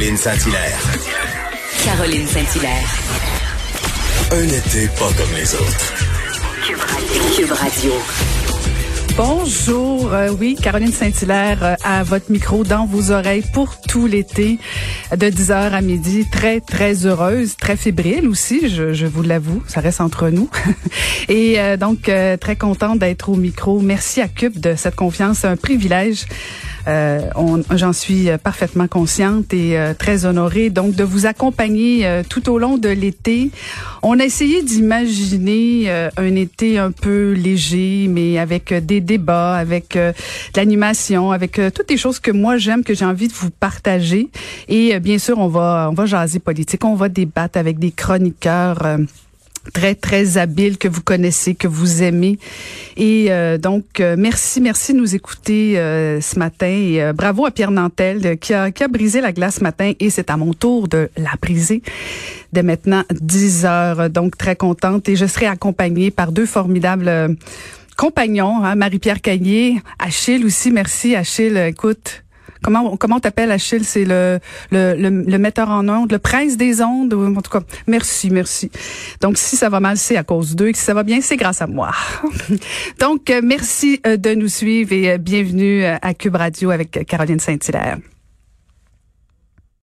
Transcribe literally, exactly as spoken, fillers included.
Caroline Saint-Hilaire. Caroline Saint-Hilaire. Un été pas comme les autres. Cube Radio. Cube Radio. Bonjour, euh, oui, Caroline Saint-Hilaire euh, à votre micro, dans vos oreilles pour tout l'été, de dix heures à midi. Très, très heureuse, très fébrile aussi, je, je vous l'avoue, ça reste entre nous. Et euh, donc, euh, très contente d'être au micro. Merci à Cube de cette confiance, c'est un privilège. Euh, on, j'en suis parfaitement consciente et euh, très honorée donc de vous accompagner euh, tout au long de l'été. On a essayé d'imaginer euh, un été un peu léger, mais avec euh, des débats, avec euh, de l'animation, avec euh, toutes les choses que moi j'aime, que j'ai envie de vous partager. Et euh, bien sûr, on va on va jaser politique, on va débattre avec des chroniqueurs Euh, très, très habile, que vous connaissez, que vous aimez. Et euh, donc, euh, merci, merci de nous écouter euh, ce matin. Et euh, bravo à Pierre Nantel euh, qui, a, qui a brisé la glace ce matin. Et c'est à mon tour de la briser dès maintenant dix heures. Donc, très contente. Et je serai accompagnée par deux formidables euh, compagnons, hein, Marie-Pierre Caillé, Achille aussi. Merci, Achille. Écoute... Comment comment t'appelles, Achille? C'est le, le le le metteur en ondes, le prince des ondes. En tout cas, merci, merci. Donc, si ça va mal, c'est à cause d'eux. Et si ça va bien, c'est grâce à moi. Donc, merci de nous suivre et bienvenue à Cube Radio avec Caroline Saint-Hilaire.